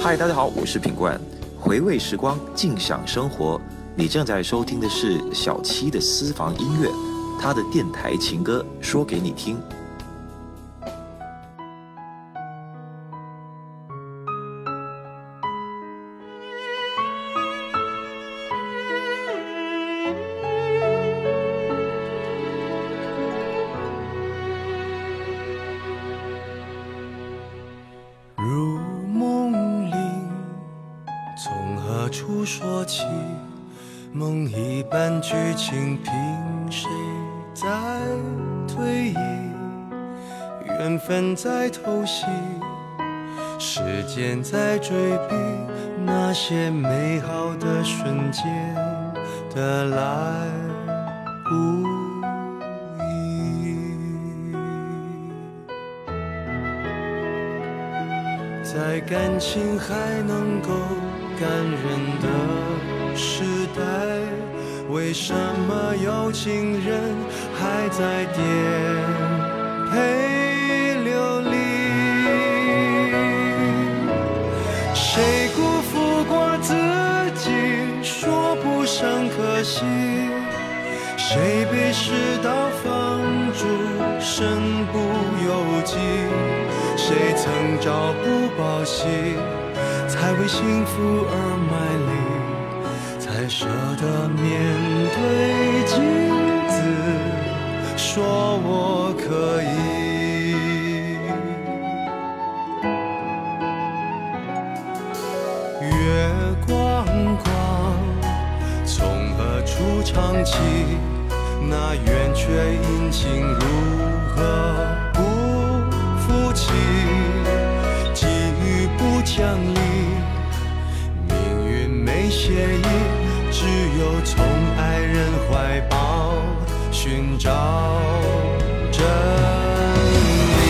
嗨，大家好，我是品冠，回味时光，尽享生活。你正在收听的是小七的私房音乐，他的电台情歌说给你听。 如梦令，从何处说起？梦一般剧情，凭谁在推移？缘分在偷袭，时间在追逼，那些美好的瞬间得来不易。在感情还能够感人的时代，为什么有情人还在颠沛流离？谁辜负过自己，说不上可惜？谁被世道放逐，身不由己？谁曾朝不保夕，才为幸福而卖力，才舍得面对镜子，说我可以。月光光，从何处唱起？那圆缺阴晴如何不负起？际遇不讲理，命运没协议，只有从爱人怀抱寻找真理。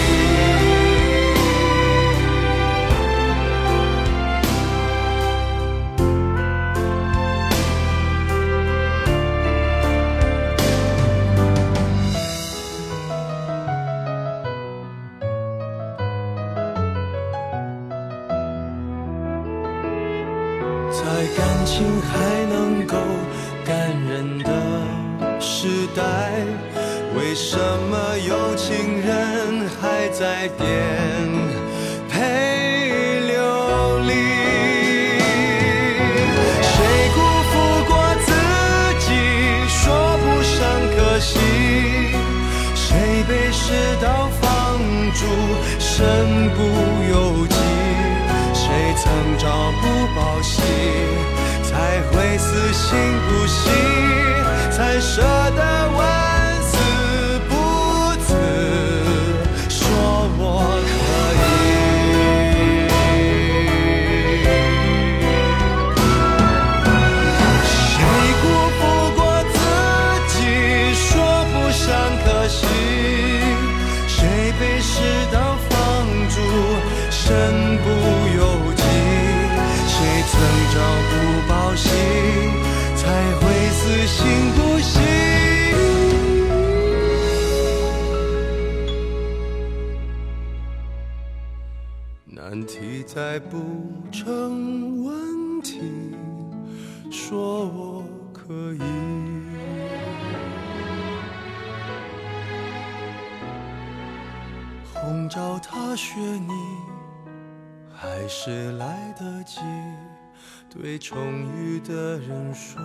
在感情还能够感人的时代，为什么有情人还在颠沛流离？谁辜负过自己，说不上可惜？谁被世道放逐，身不由己？谁曾朝不保夕，才会死心不息，才舍得万死不辞，说我可以。谁辜负过自己，说不上可惜？谁被世道放逐，身不由己？谁曾朝不保夕，才会死心不息？难题再不成问题，说我可以。红照踏雪你，还是来得及对重遇的人说，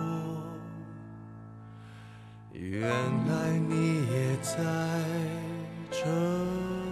原来你也在这里。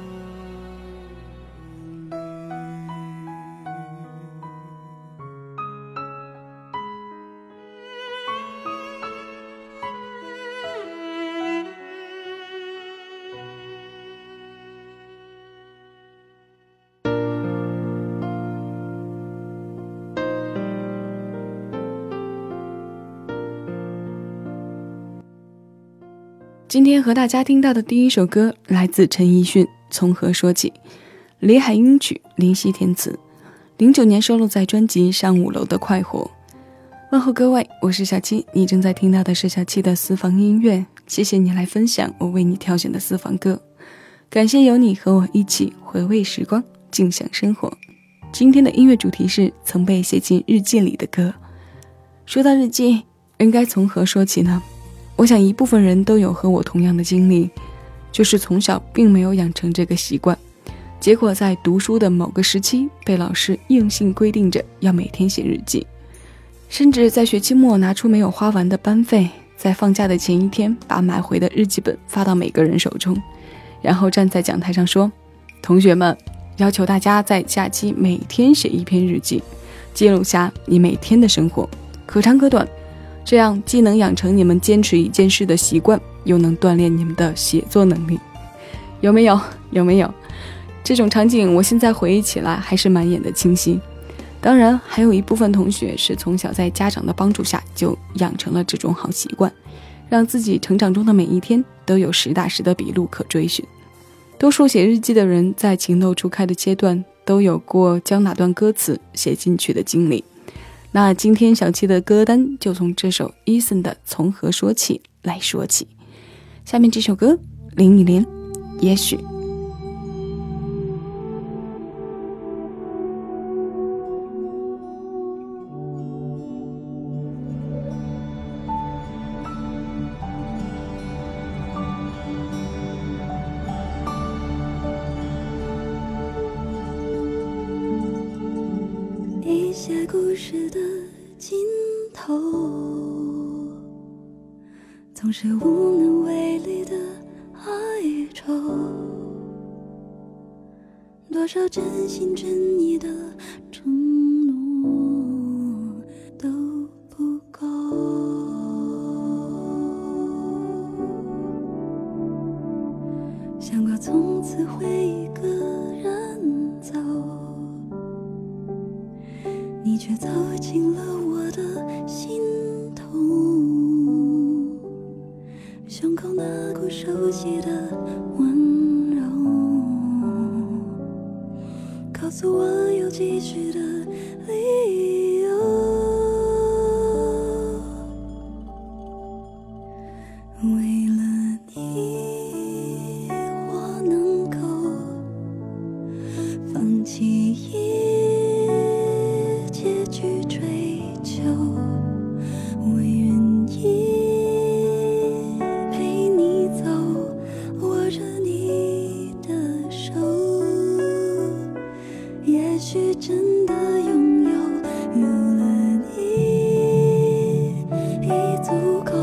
今天和大家听到的第一首歌来自陈奕迅《从何说起》，李海英曲，林夕填词，09年收录在专辑《上5楼的快活》。问候各位，我是小七，你正在听到的是小七的私房音乐，谢谢你来分享我为你挑选的私房歌，感谢有你和我一起回味时光，尽享生活。 今天的音乐主题是曾被写进日记里的歌。说到日记，应该从何说起呢？我想一部分人都有和我同样的经历，就是从小并没有养成这个习惯，结果在读书的某个时期被老师硬性规定着要每天写日记，甚至在学期末拿出没有花完的班费，在放假的前一天把买回的日记本发到每个人手中，然后站在讲台上说，同学们，要求大家在假期每天写一篇日记，记录下你每天的生活，可长可短，这样既能养成你们坚持一件事的习惯，又能锻炼你们的写作能力。有没有？这种场景我现在回忆起来还是满眼的清晰。当然还有一部分同学是从小在家长的帮助下就养成了这种好习惯，让自己成长中的每一天都有实打实的笔录可追寻。多数写日记的人在情窦初开的阶段都有过将哪段歌词写进去的经历。那今天小七的歌单就从这首 Eason 的从何说起来说起。下面这首歌林忆莲，也许。 一些故事的尽头，总是无能为力的哀愁，多少真心真意的承诺都不够，想过从此会一个人走，你却走进了我的心头，胸口那股熟悉的温柔，告诉我有继续的理由。为了你，我能够放弃一切去追求，我愿意陪你走，握着你的手，也许真的拥有，有了你已足够，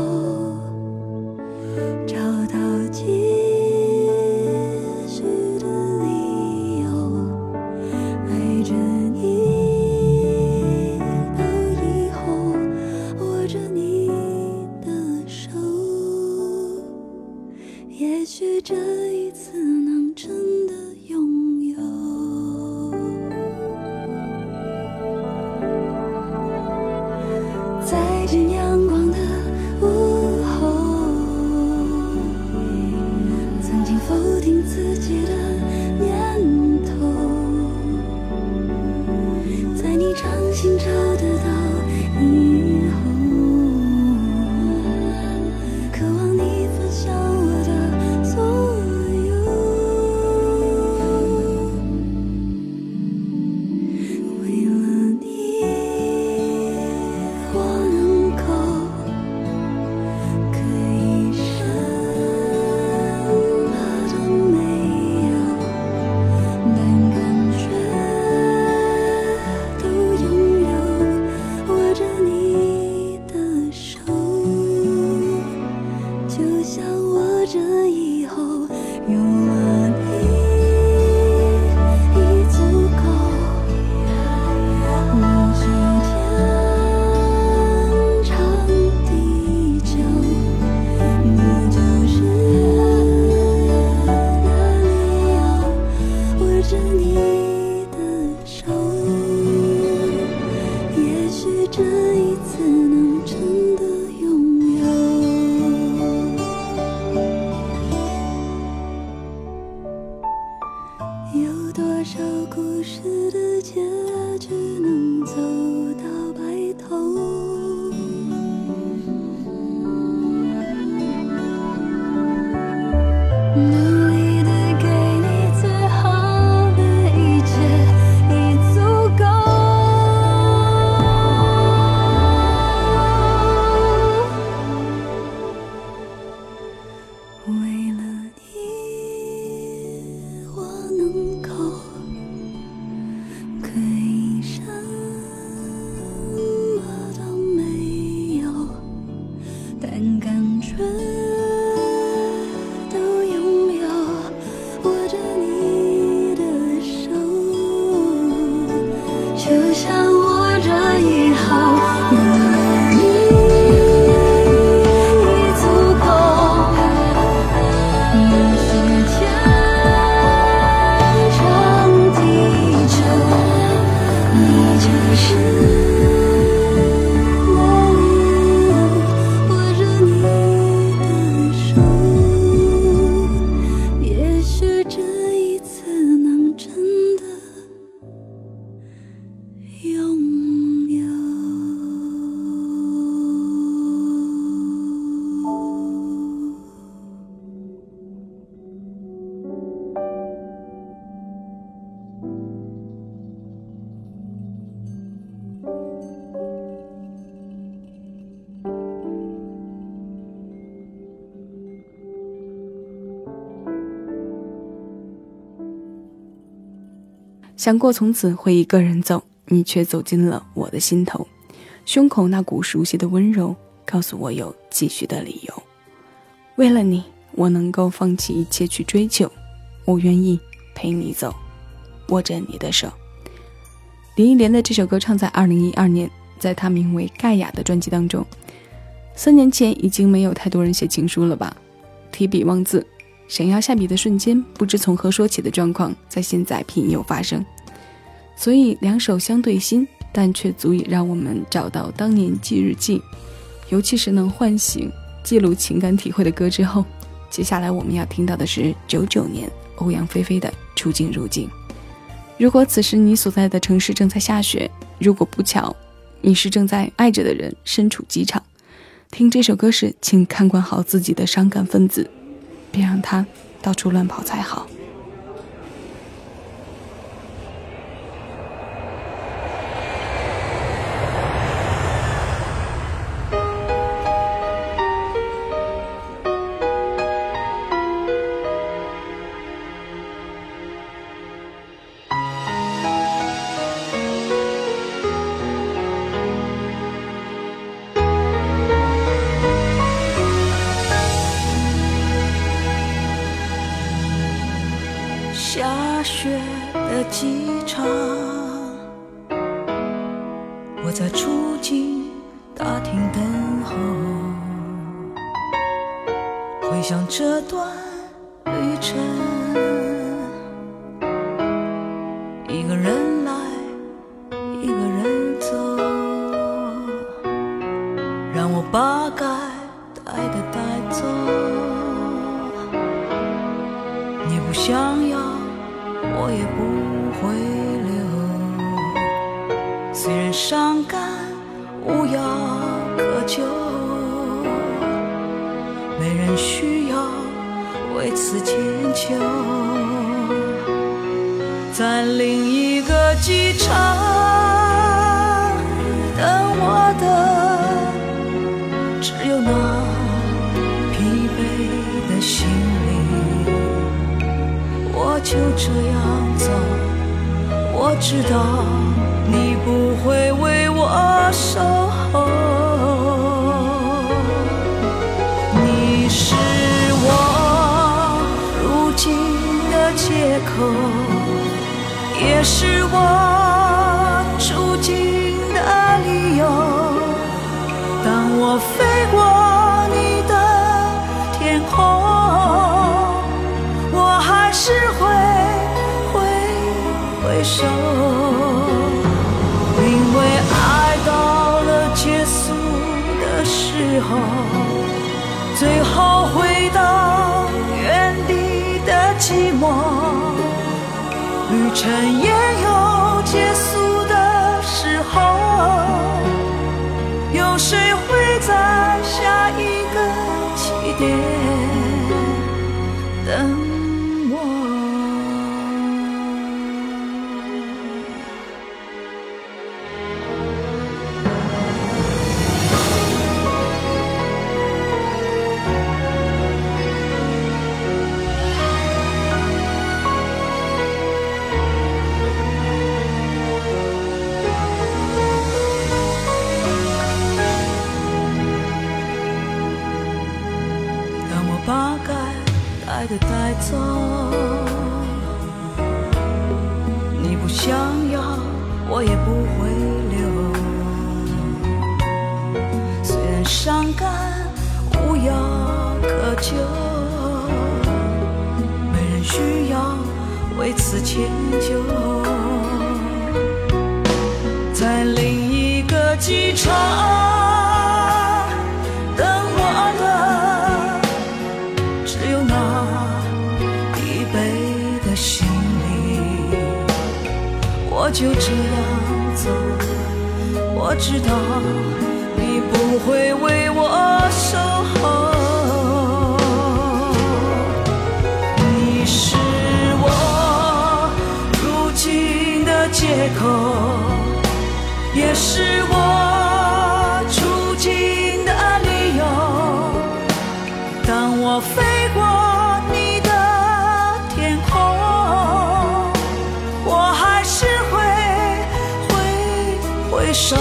找到继续的理由，爱着你到以后，握着你的手，也许这一次能真的拥有。再见阳光的午后，曾经否定自己的念头，在你掌心找得到以后，渴望你分享我的所有，为了你，我能够可以什么都没有，但感觉都拥有，握着你的手，就像握着以后，有了你已足够，你是天长地久，你就是那理由，握着你的手，也许这一次能真的拥有。有多少故事的结局能走到白头？努力的给你最好的一切，已足以后，有了你已足够。那些天长地久，你就是那理由，握着你的手，也许这一次能真的拥有。 想过从此会一个人走，你却走进了我的心头。胸口那股熟悉的温柔，告诉我有继续的理由。为了你，我能够放弃一切去追求，我愿意陪你走，握着你的手。林忆莲的这首歌唱在2012年，在她名为《盖亚》的专辑当中。3年前已经没有太多人写情书了吧？提笔忘字，想要下笔的瞬间，不知从何说起的状况，在现在频有发生。所以两首相对新，但却足以让我们找到当年记日记，尤其是能唤醒记录情感体会的歌之后，接下来我们要听到的是99年欧阳菲菲的《出境入境》。如果此时你所在的城市正在下雪，如果不巧你是正在爱着的人身处机场，听这首歌时请看管好自己的伤感分子，别让他到处乱跑才好。 下雪的机场，我在出境大厅等候，回想这段旅程，一个人来，一个人走，让我把该带的带走。你不想要，我也不会留，虽然伤感无药可救，没人需要为此迁就。在另一个机场等我的，只有那疲惫的心灵。我就这样走，我知道你不会为我守候。你是我如今的借口，也是我出境的理由。当我飞过你的天空，我还是会回首，因为爱到了结束的时候，最后回到原地的寂寞，旅程也有结束的时候，有谁会在下一个起点等我？把该带的带走，你不想要，我也不会留， 伤感无药可救，没人需要为此迁就。在另一个机场等我的，只有那疲惫的心灵。我就这样走，我知道你不会为我守候。你是我如今的借口，也是我出境的理由。当我飞过你的天空，我还是会回首，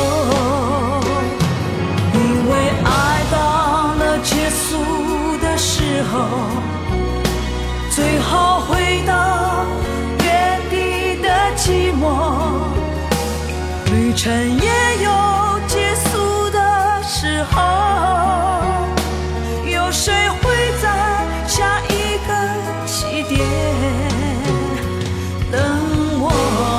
因为爱到了结束的时候，最后回到原地的寂寞。旅程也有结束的时候，有谁会在下一个起点等我？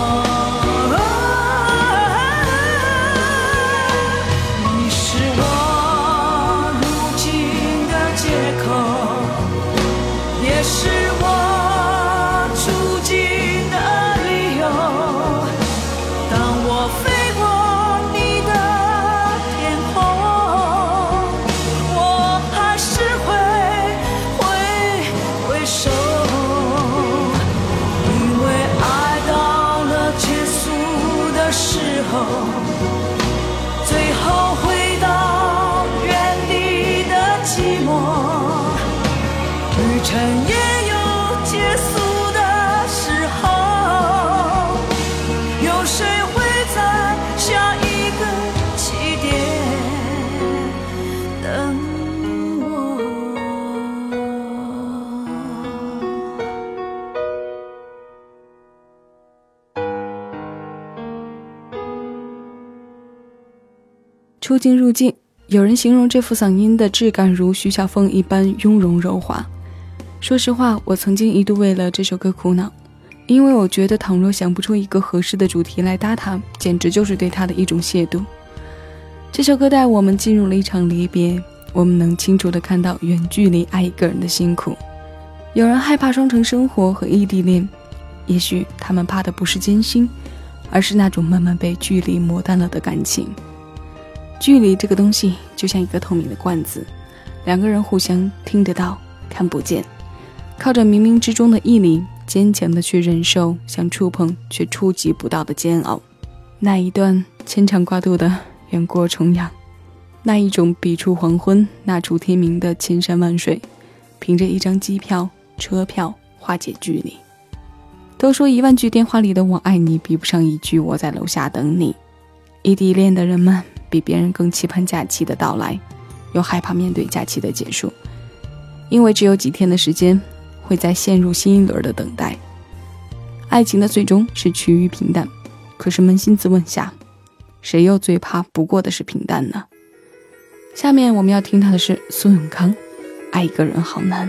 你是我如今的借口，也是我出境的理由。当我飞过你的天空，我还是会回首，因为爱到了结束的时候，最后回到原地的寂寞。旅程也有结束的时候，有谁会在下一个起点等我？ 出境入境，有人形容这副嗓音的质感如徐小凤一般雍容柔滑。说实话，我曾经一度为了这首歌苦恼，因为我觉得倘若想不出一个合适的主题来搭它，简直就是对它的一种亵渎。这首歌带我们进入了一场离别，我们能清楚地看到远距离爱一个人的辛苦。有人害怕双城生活和异地恋，也许他们怕的不是艰辛，而是那种慢慢被距离磨淡了的感情。距离这个东西就像一个透明的罐子，两个人互相听得到看不见，靠着冥冥之中的毅力，坚强地去忍受想触碰却触及不到的煎熬。那一段牵肠挂肚的远过重洋，那一种彼处黄昏那处天明的千山万水，凭着一张机票车票化解距离。都说10000句电话里的我爱你比不上一句我在楼下等你。异地恋的人们比别人更期盼假期的到来，又害怕面对假期的结束，因为只有几天的时间会再陷入新一轮的等待。爱情的最终是趋于平淡，可是扪心自问下，谁又最怕不过的是平淡呢？下面我们要听到的是苏永康，爱一个人好难。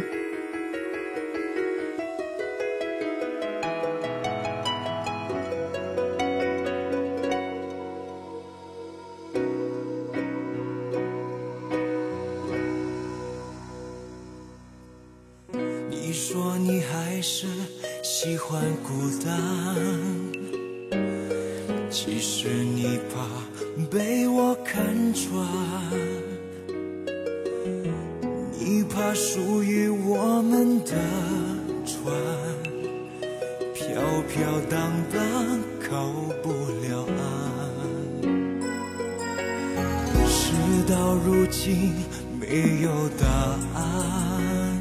你说你还是喜欢孤单，其实你怕被我看穿，你怕属于我们的船飘飘荡荡靠不了岸，事到如今没有答案，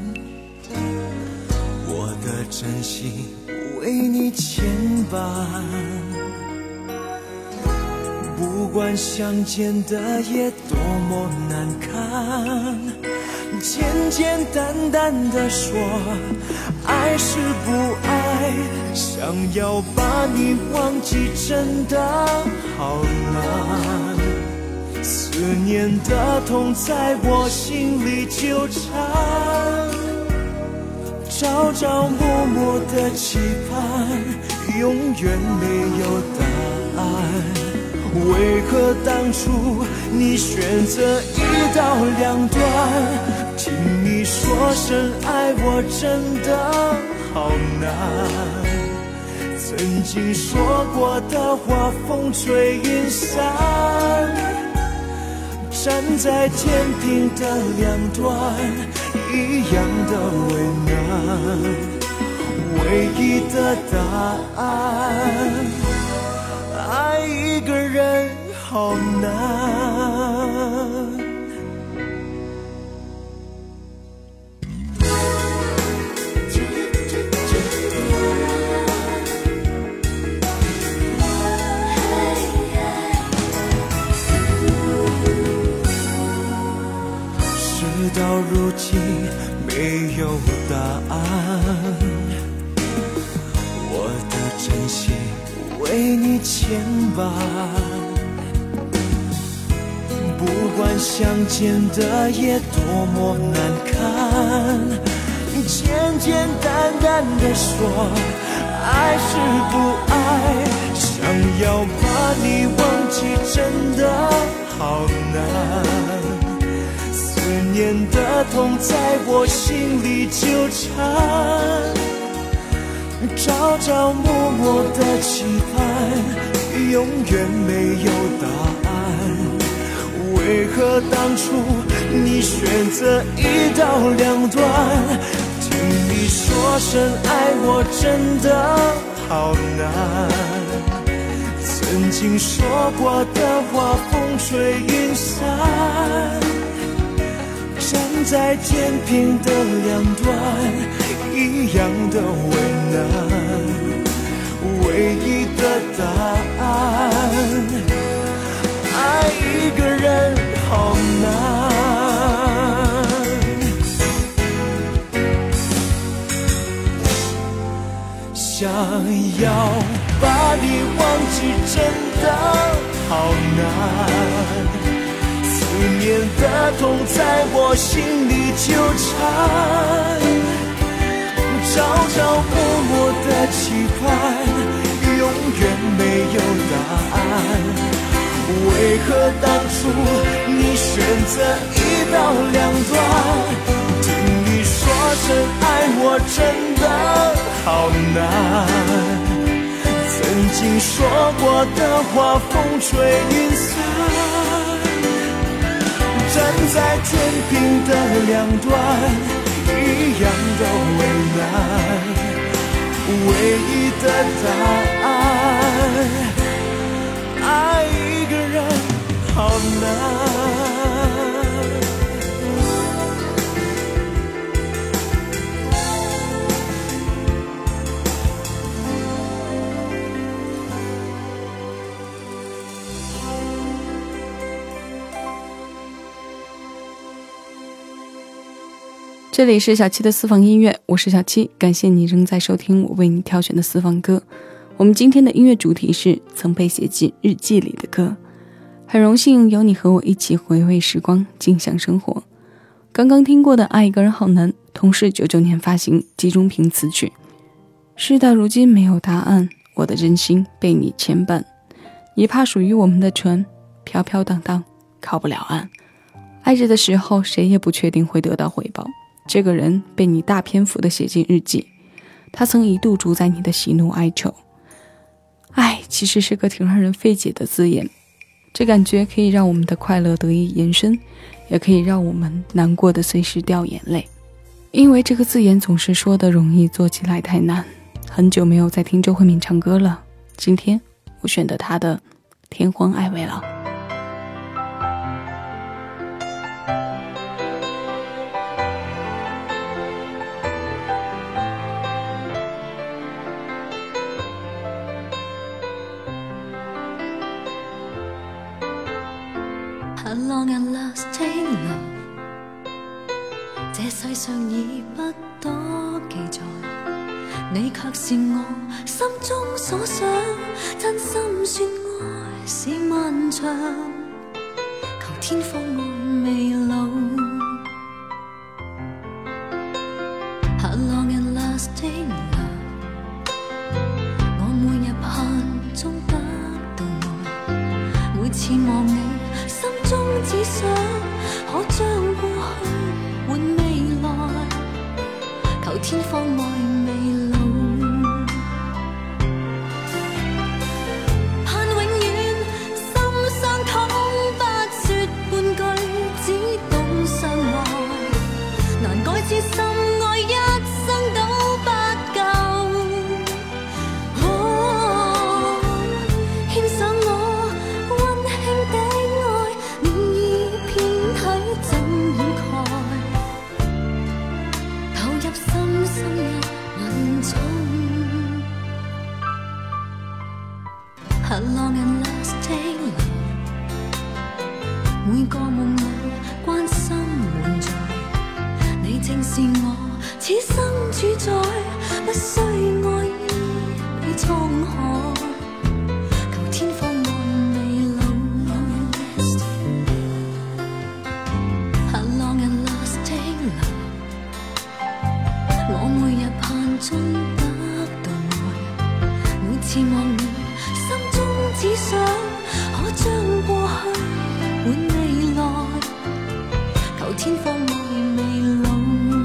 我的真心为你牵绊，不管相见的夜多么难堪，简简单单的说爱是不爱，想要把你忘记真的好难， 思念的痛在我心里纠缠，朝朝暮暮的期盼，永远没有答案。为何当初你选择一刀两断？听你说声爱我真的好难，曾经说过的话风吹云散，站在天平的两端，一样的为难，唯一的答案，爱一个人好难。事到如今没有答案，我的真心为你牵绊，不管相见的夜多么难堪，简简单单的说爱是不爱，想要把你忘记真的好难，思念的痛在我心里纠缠，朝朝暮暮的期盼，永远没有答案。为何当初你选择一刀两断？听你说声爱我真的好难，曾经说过的话风吹云散，站在天平的两端，一样的为难，唯一的答案，爱一个人好难。想要把你忘记真的好难，思念的痛在我心里纠缠，朝朝暮暮的期盼，永远没有答案。为何当初你选择一刀两断？听你说声爱我真的好难，曾经说过的话风吹云散，站在天平的两端，一样的为难，唯一的答案，爱一个人好难。 这里是小七的私房音乐，我是小七，感谢你仍在收听我为你挑选的私房歌。我们今天的音乐主题是曾被写进日记里的歌，很荣幸有你和我一起回味时光，尽享生活。刚刚听过的爱一个人好难，同是99年发行，季中平词曲。事到如今没有答案，我的真心被你牵绊，你怕属于我们的船飘飘荡荡靠不了岸，爱着的时候谁也不确定会得到回报，这个人被你大篇幅的写进日记，他曾一度主宰你的喜怒哀愁。爱其实是个挺让人费解的字眼，这感觉可以让我们的快乐得以延伸，也可以让我们难过的随时掉眼泪。因为这个字眼总是说的容易，做起来太难。很久没有再听周慧敏唱歌了，今天我选的她的《天荒爱未老》。 long and lasting love， 這世上已不多記載，你卻是我心中所想，真心說愛是漫長， 天荒外未老。How long and lasting love？ 我每日盼中得到愛，每次望你，心中只想可將過去換未來，求天荒外未老。知心愛一生都不夠，牽手我溫馨的愛，暖意遍體怎掩蓋，投入深深一吻中。How long and lasting love？ 每個夢裏關心滿載。你正是我此生主宰，不需愛意比滄海，求天荒外未老。How long and lasting love？ 我每日盼中得到愛，每次望你，心中只想可將過去換未來，求天荒外未老。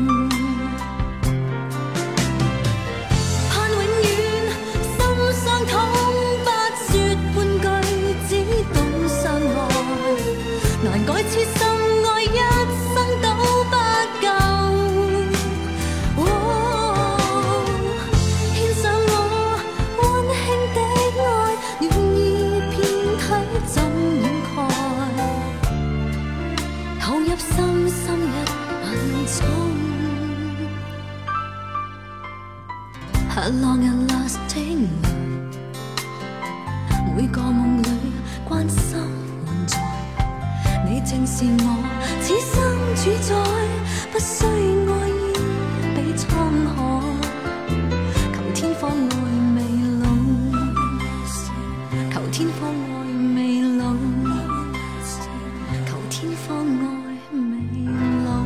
難改痴心愛一生都不夠，牽上我溫馨的愛，暖意遍體怎掩蓋，投入深深一吻中。How long and lasting love？ 每個夢裏關心滿載。你正是我此生主宰，不需愛意比滄海，求天荒外未老，求天荒外未老，求天荒外未老。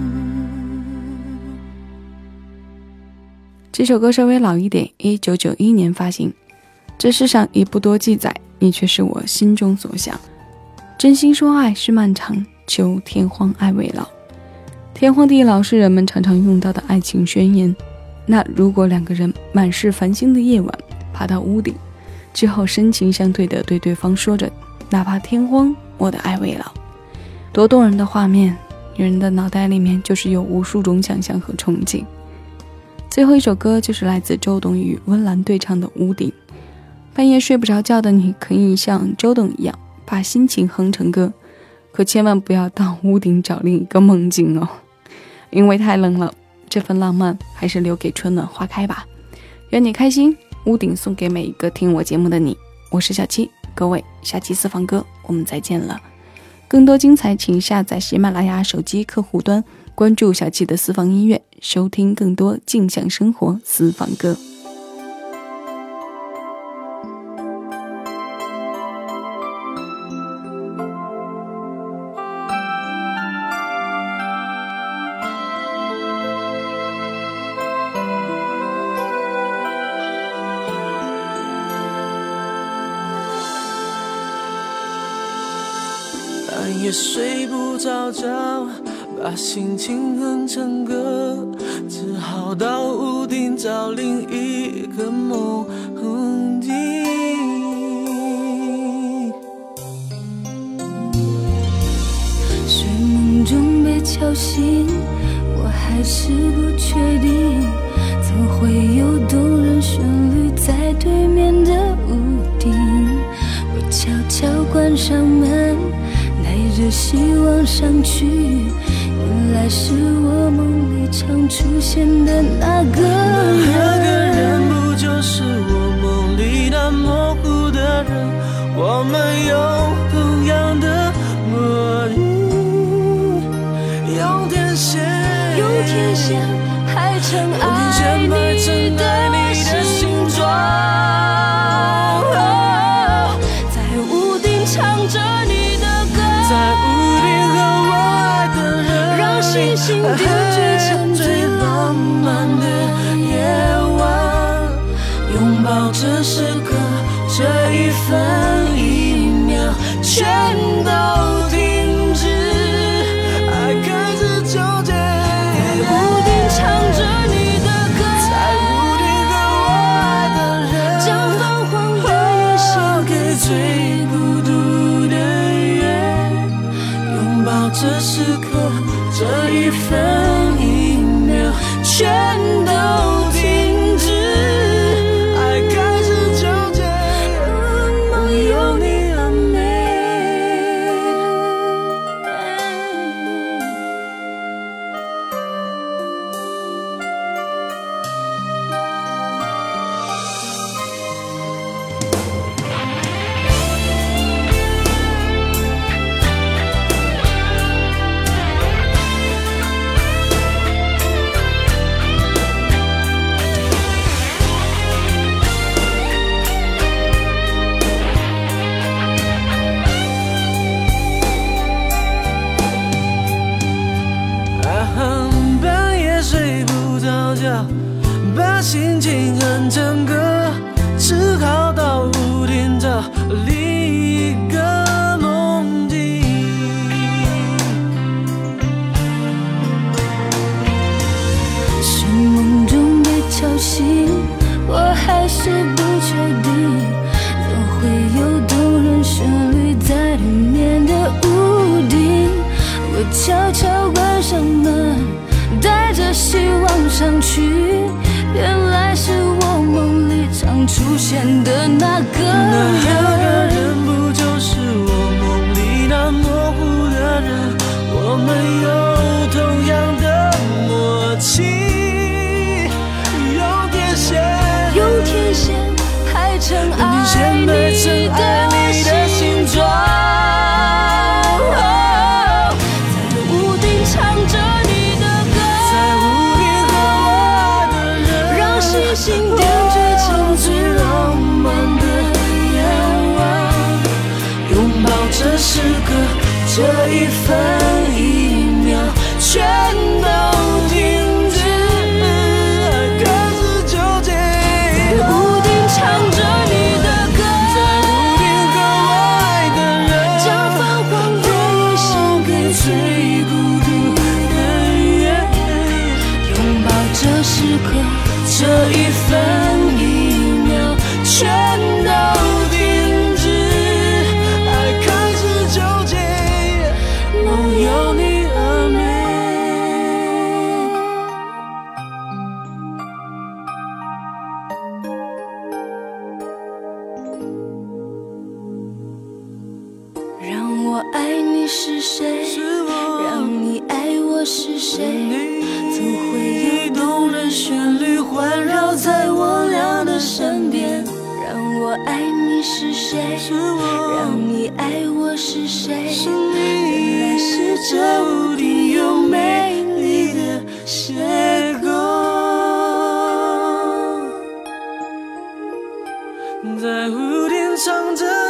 这首歌稍微老一点，1991年发行。这世上已不多记载，你却是我心中所想。真心说爱是漫长，求天荒爱未老。天荒地老是人们常常用到的爱情宣言。那如果两个人满是繁星的夜晚，爬到屋顶之后，深情相对的对对方说着哪怕天荒，我的爱未老，多动人的画面，女人的脑袋里面就是有无数种想象和憧憬。最后一首歌就是来自周董与温岚对唱的《屋顶》。半夜睡不着觉的你，可以像周董一样把心情哼成歌，可千万不要到屋顶找另一个梦境哦，因为太冷了，这份浪漫还是留给春暖花开吧。愿你开心，屋顶送给每一个听我节目的你。我是小七，各位，下期私房歌我们再见了。更多精彩请下载喜马拉雅手机客户端，关注小七的私房音乐，收听更多静享生活私房歌。 半夜睡不着觉，把心情哼成歌，只好到屋顶找另一个梦境。 睡梦中被敲醒，我还是不确定，怎会有动人旋律在对面的屋顶。我悄悄关上门，带着希望上去，原来是我梦里常出现的那个人。 那个人不就是我梦里那模糊的人？我们有同样的魔力，用天线排成爱你的形状， 在屋顶唱着你的歌，在屋一分一秒全都停止， 爱开始纠结， 在屋顶唱着你的歌， 在屋顶和我爱的人， 将泛黄的夜献给最孤独的人，拥抱这时刻，这一分一秒全都停止， 爱开始纠结， 梦有你而美。 半夜睡不着觉，把心情哼成歌，只好到屋顶找另一个梦境。 是梦中被敲醒，我还是不确定，怎会有动人旋律在对面的屋顶？我悄悄关上门，带着希望上去，原来是我梦里常出现的那个人。 人不就是我梦里那模糊的人？我们有同样的默契，用天线， 用天线排成爱你的形状，在屋顶唱着你的歌， 在屋顶和我爱的人， 让星星点缀成最浪漫的愿望， 拥抱这时刻，这一分一秒全都停止，爱开始纠结， 在屋顶唱着你的歌， 在屋顶和我爱的人， 将泛黄的夜献给最孤独的人，拥抱这时刻，这一分一秒全都停止， 爱开始纠结， 梦有你而美。让我爱你是谁？ 是我让你爱我是谁？ 你， 总会有动人旋律环绕在我俩的身边。让我爱你是谁？ 是我让你爱我是谁？ 是你， 原来是这屋顶有美丽的邂逅。 在屋顶唱着